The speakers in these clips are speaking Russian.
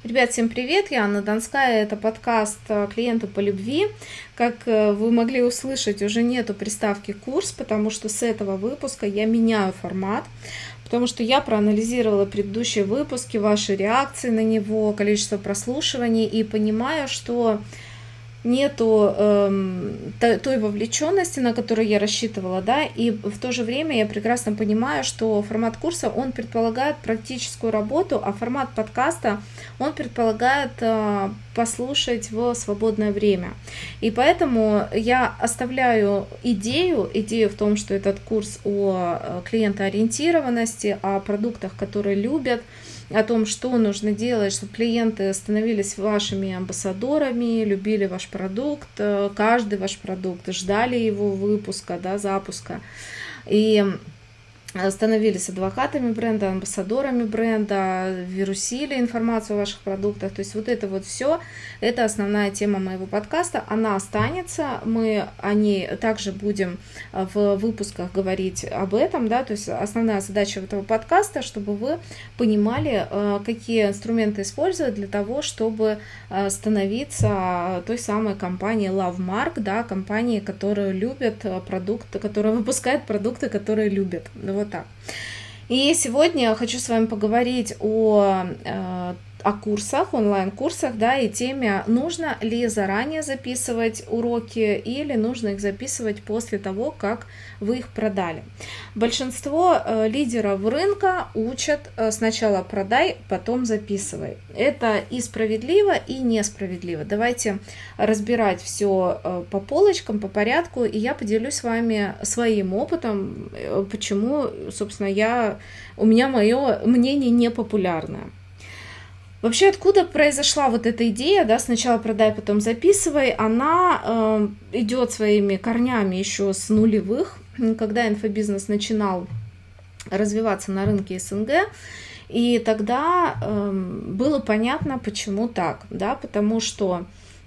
Ребят, всем привет! Я Анна Донская, это подкаст «Клиенту по любви». Как вы могли услышать, уже нету приставки «курс», потому что с этого выпуска я меняю формат, потому что я проанализировала предыдущие выпуски, ваши реакции на него, количество прослушиваний и понимаю, что нету той вовлеченности, на которую я рассчитывала, да, и в то же время я прекрасно понимаю, что формат курса, он предполагает практическую работу, а формат подкаста, он предполагает послушать в свободное время. И поэтому я оставляю идею в том, что этот курс о клиентоориентированности, о продуктах, которые любят, о том, что нужно делать, чтобы клиенты становились вашими амбассадорами, любили ваш продукт, каждый ваш продукт, ждали его выпуска, да, запуска, и становились адвокатами бренда, амбассадорами бренда, вирусили информацию о ваших продуктах. То есть вот это вот все, это основная тема моего подкаста. Она останется, мы о ней также будем в выпусках говорить об этом, да, то есть основная задача этого подкаста, чтобы вы понимали, какие инструменты использовать для того, чтобы становиться той самой компанией LoveMark, да, компанией, которая любит продукты, которая выпускает продукты, которые любят. Вот так. И сегодня я хочу с вами поговорить о курсах, онлайн-курсах, да, и теме, нужно ли заранее записывать уроки или нужно их записывать после того, как вы их продали. Большинство лидеров рынка учат сначала продай, потом записывай. Это и справедливо, и несправедливо. Давайте разбирать все по полочкам, по порядку, и я поделюсь с вами своим опытом, почему, собственно, у меня мое мнение непопулярное. Вообще, откуда произошла вот эта идея, да, сначала продай, потом записывай, она идет своими корнями еще с нулевых, когда инфобизнес начинал развиваться на рынке СНГ, и тогда было понятно, почему так, да, потому что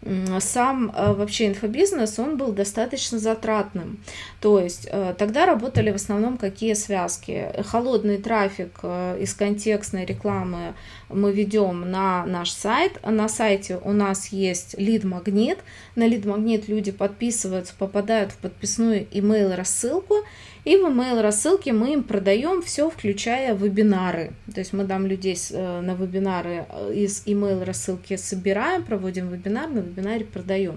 сам вообще инфобизнес, он был достаточно затратным. То есть тогда работали в основном какие связки? Холодный трафик из контекстной рекламы мы ведем на наш сайт. На сайте у нас есть лид-магнит. На лид-магнит люди подписываются, попадают в подписную email-рассылку. И в email-рассылке мы им продаем все, включая вебинары. То есть мы там людей на вебинары из email-рассылки собираем, проводим вебинар, на вебинаре продаем.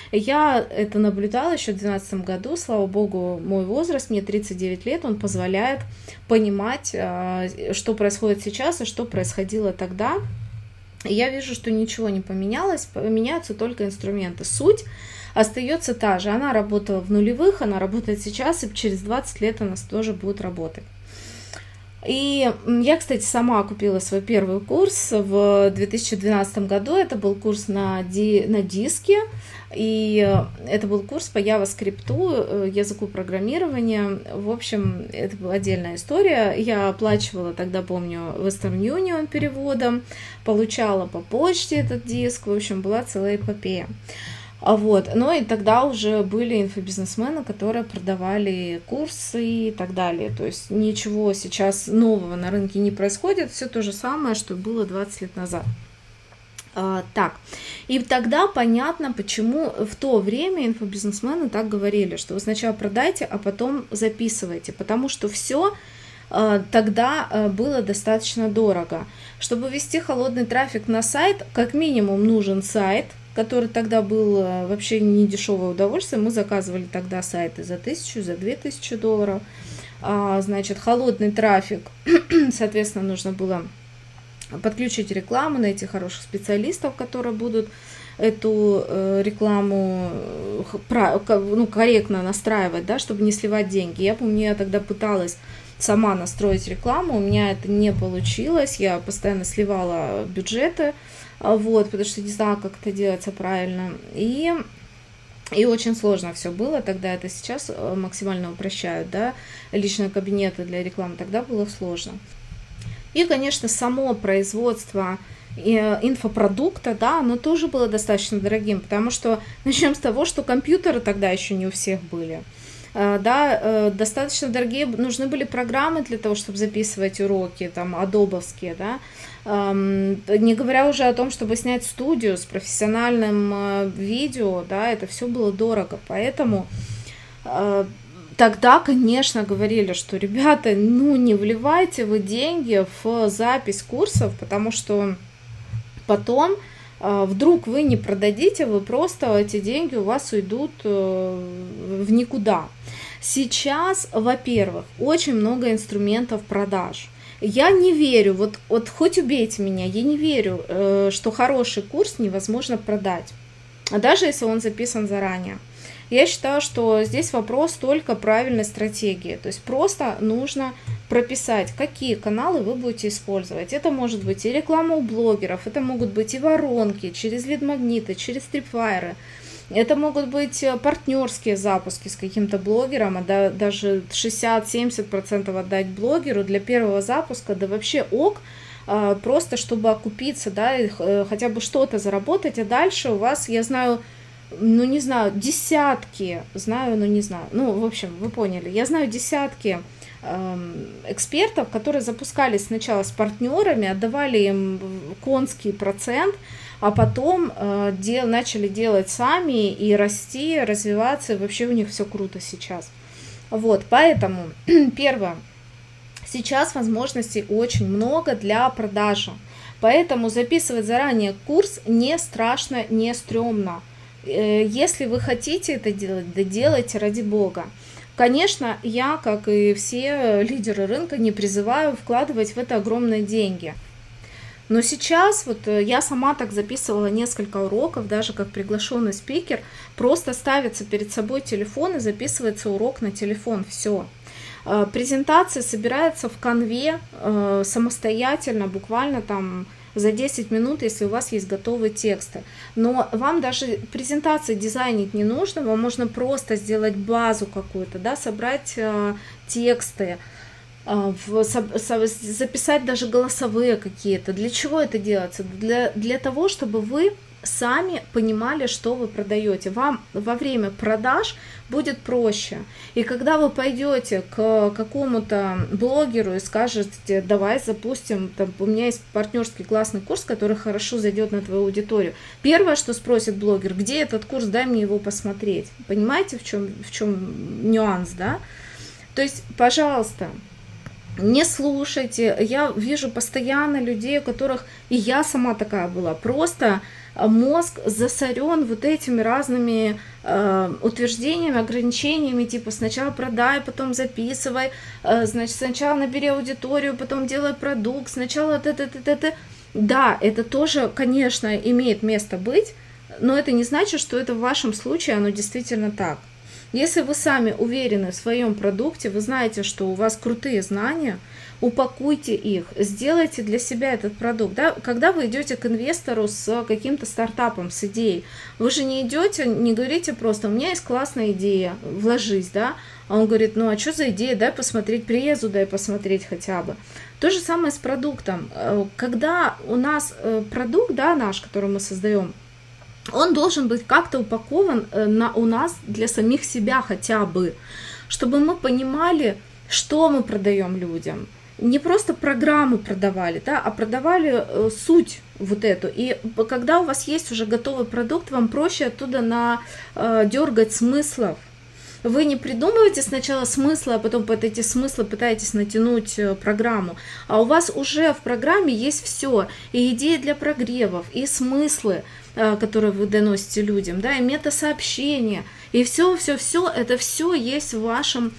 Я это наблюдала еще в 2012 году. Слава богу, мой возраст, мне 39 лет, он позволяет понимать, что происходит сейчас и что происходило тогда. И я вижу, что ничего не поменялось, меняются только инструменты. Суть остается та же. Она работала в нулевых, она работает сейчас, и через 20 лет она тоже будет работать. И я, кстати, сама купила свой первый курс в 2012 году. Это был курс на диске, и это был курс по JavaScript, языку программирования. В общем, это была отдельная история. Я оплачивала тогда, помню, Western Union переводом, получала по почте этот диск. В общем, была целая эпопея. Вот. Ну и тогда уже были инфобизнесмены, которые продавали курсы и так далее. То есть ничего сейчас нового на рынке не происходит, все то же самое, что было 20 лет назад. Так, и тогда понятно, почему в то время инфобизнесмены так говорили, что вы сначала продайте, а потом записывайте, потому что все тогда было достаточно дорого. Чтобы ввести холодный трафик на сайт, как минимум нужен сайт, который тогда был вообще не дешевое удовольствие. Мы заказывали тогда сайты за 1000, за 2000 долларов. Значит, холодный трафик, соответственно, нужно было подключить рекламу, найти хороших специалистов, которые будут эту рекламу корректно настраивать, да, чтобы не сливать деньги. Я помню, я тогда пыталась сама настроить рекламу, у меня это не получилось, я постоянно сливала бюджеты, вот, потому что не знала, как это делается правильно, и очень сложно все было тогда, это сейчас максимально упрощают, да, личные кабинеты для рекламы, тогда было сложно. И, конечно, само производство инфопродукта, да, оно тоже было достаточно дорогим, потому что начнем с того, что компьютеры тогда еще не у всех были. Да, достаточно дорогие, нужны были программы для того, чтобы записывать уроки, там, адобовские, да, Не говоря уже о том, чтобы снять студию с профессиональным видео, да, это все было дорого, поэтому тогда, конечно, говорили, что, ребята, ну не вливайте вы деньги в запись курсов, потому что потом вдруг вы не продадите, вы просто эти деньги у вас уйдут в никуда. Сейчас, во-первых, очень много инструментов продаж. Я не верю, вот хоть убейте меня, я не верю, что хороший курс невозможно продать, даже если он записан заранее. Я считаю, что здесь вопрос только правильной стратегии. То есть просто нужно прописать, какие каналы вы будете использовать. Это может быть и реклама у блогеров, это могут быть и воронки через лид-магниты, через Tripwire. Это могут быть партнерские запуски с каким-то блогером, а даже 60-70% отдать блогеру для первого запуска, да вообще ок, просто чтобы окупиться, да, и хотя бы что-то заработать, а дальше у вас, я знаю, ну не знаю, десятки, знаю, но не знаю, ну в общем, вы поняли, я знаю десятки экспертов, которые запускались сначала с партнерами, отдавали им конский процент, а потом начали делать сами и расти, развиваться, и вообще у них все круто сейчас. Вот, поэтому, первое, сейчас возможностей очень много для продажи, поэтому записывать заранее курс не страшно, не стрёмно. Если вы хотите это делать, да делайте ради бога. Конечно, я, как и все лидеры рынка, не призываю вкладывать в это огромные деньги. Но сейчас, вот я сама так записывала несколько уроков, даже как приглашенный спикер, просто ставится перед собой телефон и записывается урок на телефон, все. Презентация собирается в канве самостоятельно, буквально там за 10 минут, если у вас есть готовые тексты. Но вам даже презентации дизайнить не нужно, вам можно просто сделать базу какую-то, да, собрать тексты, записать даже голосовые какие-то. Для чего это делается? Для того, чтобы вы сами понимали, что вы продаете. Вам во время продаж будет проще. И когда вы пойдете к какому-то блогеру и скажете, давай запустим, там, у меня есть партнерский классный курс, который хорошо зайдет на твою аудиторию. Первое, что спросит блогер, где этот курс, дай мне его посмотреть. Понимаете, в чем нюанс, да? То есть, пожалуйста, не слушайте. Я вижу постоянно людей, у которых, и я сама такая была, просто мозг засорен вот этими разными утверждениями, ограничениями, типа сначала продай, потом записывай, значит, сначала набери аудиторию, потом делай продукт, сначала т. Да, это тоже, конечно, имеет место быть, но это не значит, что это в вашем случае оно действительно так. Если вы сами уверены в своем продукте, вы знаете, что у вас крутые знания, упакуйте их, сделайте для себя этот продукт. Да? Когда вы идете к инвестору с каким-то стартапом, с идеей, вы же не идете, не говорите просто, у меня есть классная идея, вложись, да? А он говорит, ну а что за идея, дай посмотреть презу, дай посмотреть хотя бы. То же самое с продуктом. Когда у нас продукт, да, наш, который мы создаем, он должен быть как-то упакован у нас для самих себя хотя бы, чтобы мы понимали, что мы продаем людям. Не просто программу продавали, да, а продавали суть вот эту. И когда у вас есть уже готовый продукт, вам проще оттуда дергать смыслов. Вы не придумываете сначала смыслы, а потом под эти смыслы пытаетесь натянуть программу. А у вас уже в программе есть все. И идеи для прогревов, и смыслы, которые вы доносите людям, да, и метасообщения. И все, это все есть в вашем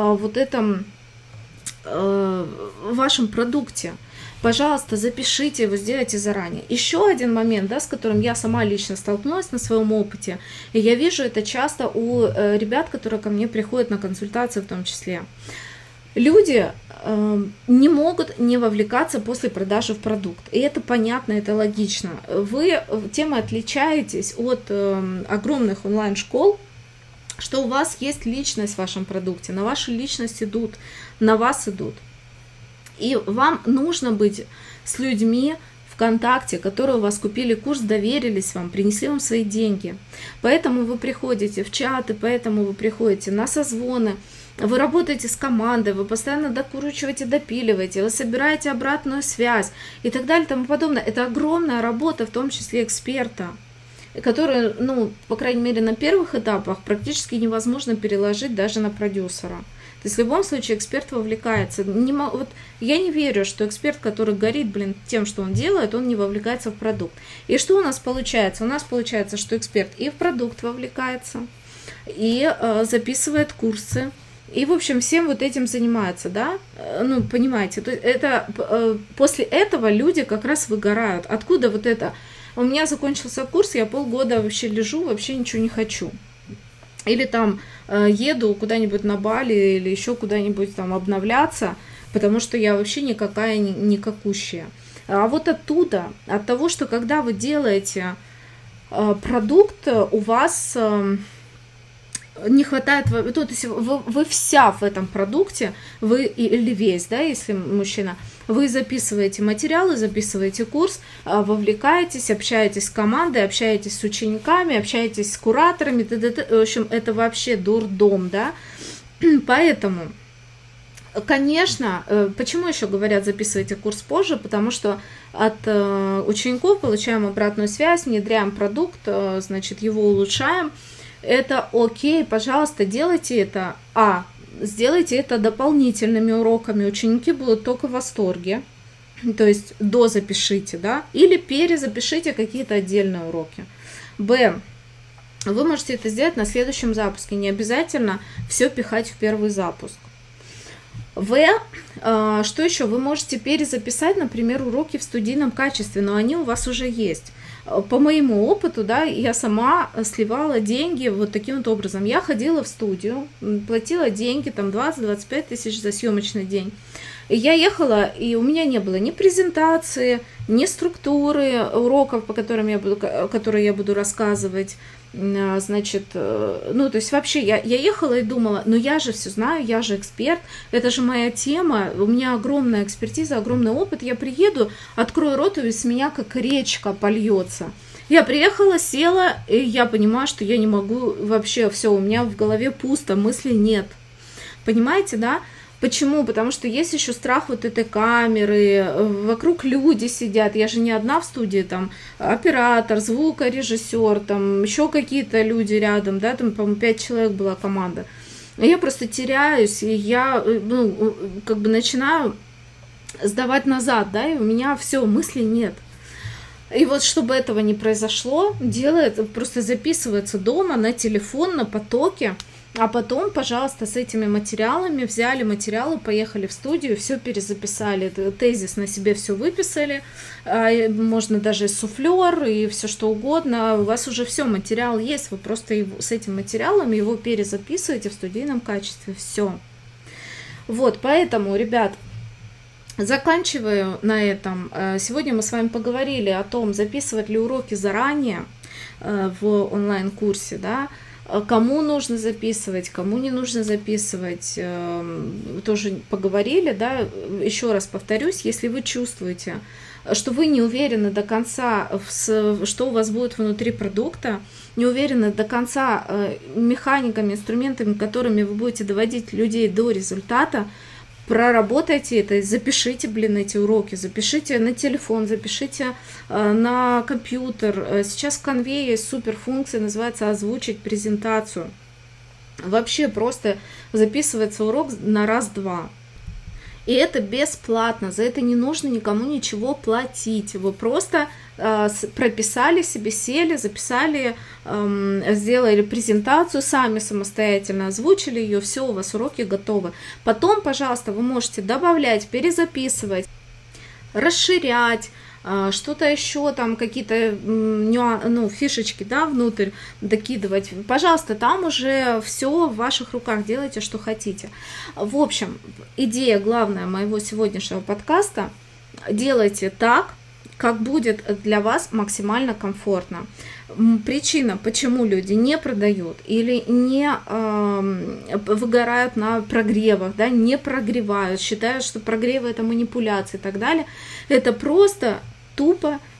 в вашем продукте. Пожалуйста, запишите его, сделайте заранее. Еще один момент, да, с которым я сама лично столкнулась на своем опыте, и я вижу это часто у ребят, которые ко мне приходят на консультации в том числе. Люди не могут не вовлекаться после продажи в продукт. И это понятно, это логично. Вы тем и отличаетесь от огромных онлайн-школ, что у вас есть личность в вашем продукте, на вашу личность идут, на вас идут. И вам нужно быть с людьми в контакте, которые у вас купили курс, доверились вам, принесли вам свои деньги. Поэтому вы приходите в чаты, поэтому вы приходите на созвоны. вы работаете с командой, вы постоянно докручиваете, допиливаете, вы собираете обратную связь и так далее и тому подобное. Это огромная работа, в том числе эксперта, которую, ну, по крайней мере, на первых этапах практически невозможно переложить даже на продюсера. То есть в любом случае эксперт вовлекается. Вот я не верю, что эксперт, который горит, тем, что он делает, он не вовлекается в продукт. И что у нас получается? У нас получается, что эксперт и в продукт вовлекается, и записывает курсы, и, в общем, всем вот этим занимается, да? Ну, понимаете, то есть это, после этого люди как раз выгорают. Откуда вот это? У меня закончился курс, я полгода вообще лежу, вообще ничего не хочу. Или там еду куда-нибудь на Бали или еще куда-нибудь там обновляться, потому что я вообще никакая, никакущая. А вот оттуда, от того, что когда вы делаете продукт, у вас не хватает, то есть вы вся в этом продукте, вы или весь, да, если мужчина, вы записываете материалы, записываете курс, вовлекаетесь, общаетесь с командой, общаетесь с учениками, общаетесь с кураторами, в общем, это вообще дурдом, да, поэтому, конечно, почему еще говорят, записывайте курс позже, потому что от учеников получаем обратную связь, внедряем продукт, значит, его улучшаем. Это окей, пожалуйста, делайте это. Сделайте это дополнительными уроками. Ученики будут только в восторге. То есть дозапишите, да, или перезапишите какие-то отдельные уроки. Б. Вы можете это сделать на следующем запуске. Не обязательно все пихать в первый запуск. В. Что еще? Вы можете перезаписать, например, уроки в студийном качестве, но они у вас уже есть. По моему опыту, да, я сама сливала деньги вот таким вот образом. Я ходила в студию, платила деньги, там 20-25 тысяч за съемочный день. И я ехала, и у меня не было ни презентации, ни структуры уроков, которые я буду рассказывать. Значит, ну, то есть вообще я ехала и думала, ну я же все знаю, я же эксперт, это же моя тема, у меня огромная экспертиза, огромный опыт, я приеду, открою рот, и с меня как речка польется. Я приехала, села, и я понимаю, что я не могу вообще, все, у меня в голове пусто, мыслей нет. Понимаете, да? Почему? Потому что есть еще страх вот этой камеры, вокруг люди сидят, я же не одна в студии, там оператор, звукорежиссер, там еще какие-то люди рядом, да, там, по-моему, 5 человек была команда. И я просто теряюсь, и я, ну, как бы начинаю сдавать назад, да, и у меня все, мыслей нет. И вот чтобы этого не произошло, просто записывается дома на телефон, на потоке, а потом, пожалуйста, с этими материалами взяли материалы, поехали в студию, все перезаписали, тезис на себе все выписали, можно даже суфлер и все что угодно, у вас уже все, материал есть, вы просто с этим материалом его перезаписываете в студийном качестве, все. Вот, поэтому, ребят, заканчиваю на этом. Сегодня мы с вами поговорили о том, записывать ли уроки заранее в онлайн-курсе, да, кому нужно записывать, кому не нужно записывать, тоже поговорили, да, еще раз повторюсь, если вы чувствуете, что вы не уверены до конца, что у вас будет внутри продукта, не уверены до конца механиками, инструментами, которыми вы будете доводить людей до результата, проработайте это, запишите, эти уроки, запишите на телефон, запишите на компьютер. Сейчас в Canva есть супер функция, называется «Озвучить презентацию». Вообще просто записывается урок на раз-два. И это бесплатно, за это не нужно никому ничего платить. Вы просто прописали себе, сели, записали, сделали презентацию сами самостоятельно, озвучили ее, все, у вас уроки готовы. Потом, пожалуйста, вы можете добавлять, перезаписывать, расширять, что-то еще, там какие-то фишечки, да, внутрь докидывать. Пожалуйста, там уже все в ваших руках, делайте, что хотите. В общем, идея главная моего сегодняшнего подкаста: делайте так, как будет для вас максимально комфортно. Причина, почему люди не продают или не выгорают на прогревах, да, не прогревают, считают, что прогревы — это манипуляции и так далее, это просто тупо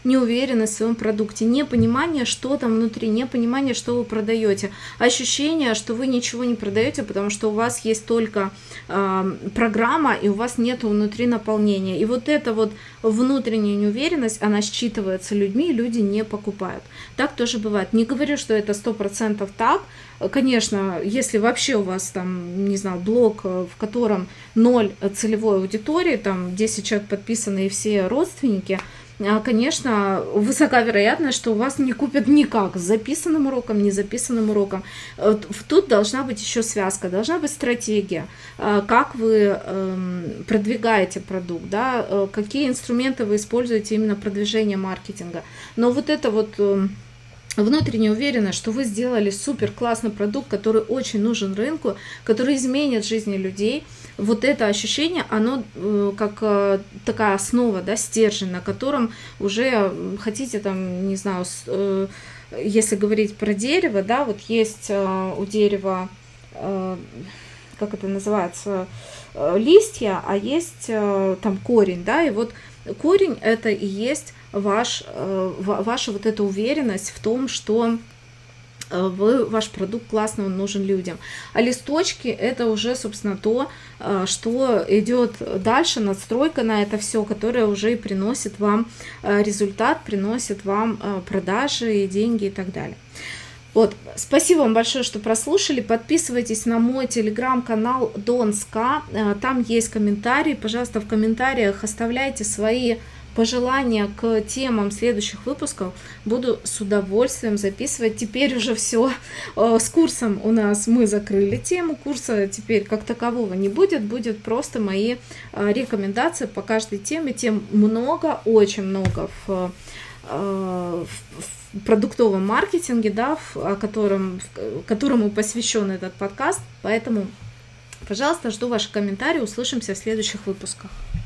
неуверенность в своем продукте, непонимание, что там внутри, непонимание, что вы продаете, ощущение, что вы ничего не продаете, потому что у вас есть только программа, и у вас нет внутри наполнения. И вот эта вот внутренняя неуверенность, она считывается людьми, и люди не покупают. Так тоже бывает. Не говорю, что это 100% так. Конечно, если вообще у вас там, не знаю, блог, в котором 0 целевой аудитории, там 10 человек подписаны и все родственники, конечно, высока вероятность, что у вас не купят никак с записанным уроком, не записанным уроком. Тут должна быть еще связка, должна быть стратегия, как вы продвигаете продукт, да, какие инструменты вы используете именно продвижения маркетинга. Но вот это вот внутренне уверена, что вы сделали супер классный продукт, который очень нужен рынку, который изменит жизни людей. Вот это ощущение, оно как такая основа, да, стержень, на котором уже хотите там, не знаю, если говорить про дерево, да, вот есть у дерева, как это называется, листья, а есть там корень, да, и вот корень это и есть ваша вот эта уверенность в том, что ваш продукт классный, он нужен людям. А листочки это уже, собственно, то, что идет дальше, надстройка на это все, которая уже и приносит вам результат, приносит вам продажи, деньги и так далее. Вот, спасибо вам большое, что прослушали. Подписывайтесь на мой телеграм-канал Донска. Там есть комментарии. Пожалуйста, в комментариях оставляйте свои пожелания к темам следующих выпусков. Буду с удовольствием записывать. Теперь уже все с курсом у нас мы закрыли тему. Курса теперь как такового не будет. Будет просто мои рекомендации по каждой теме. Тем много, очень много в продуктовом маркетинге, да, которому посвящен этот подкаст. Поэтому, пожалуйста, жду ваши комментарии. Услышимся в следующих выпусках.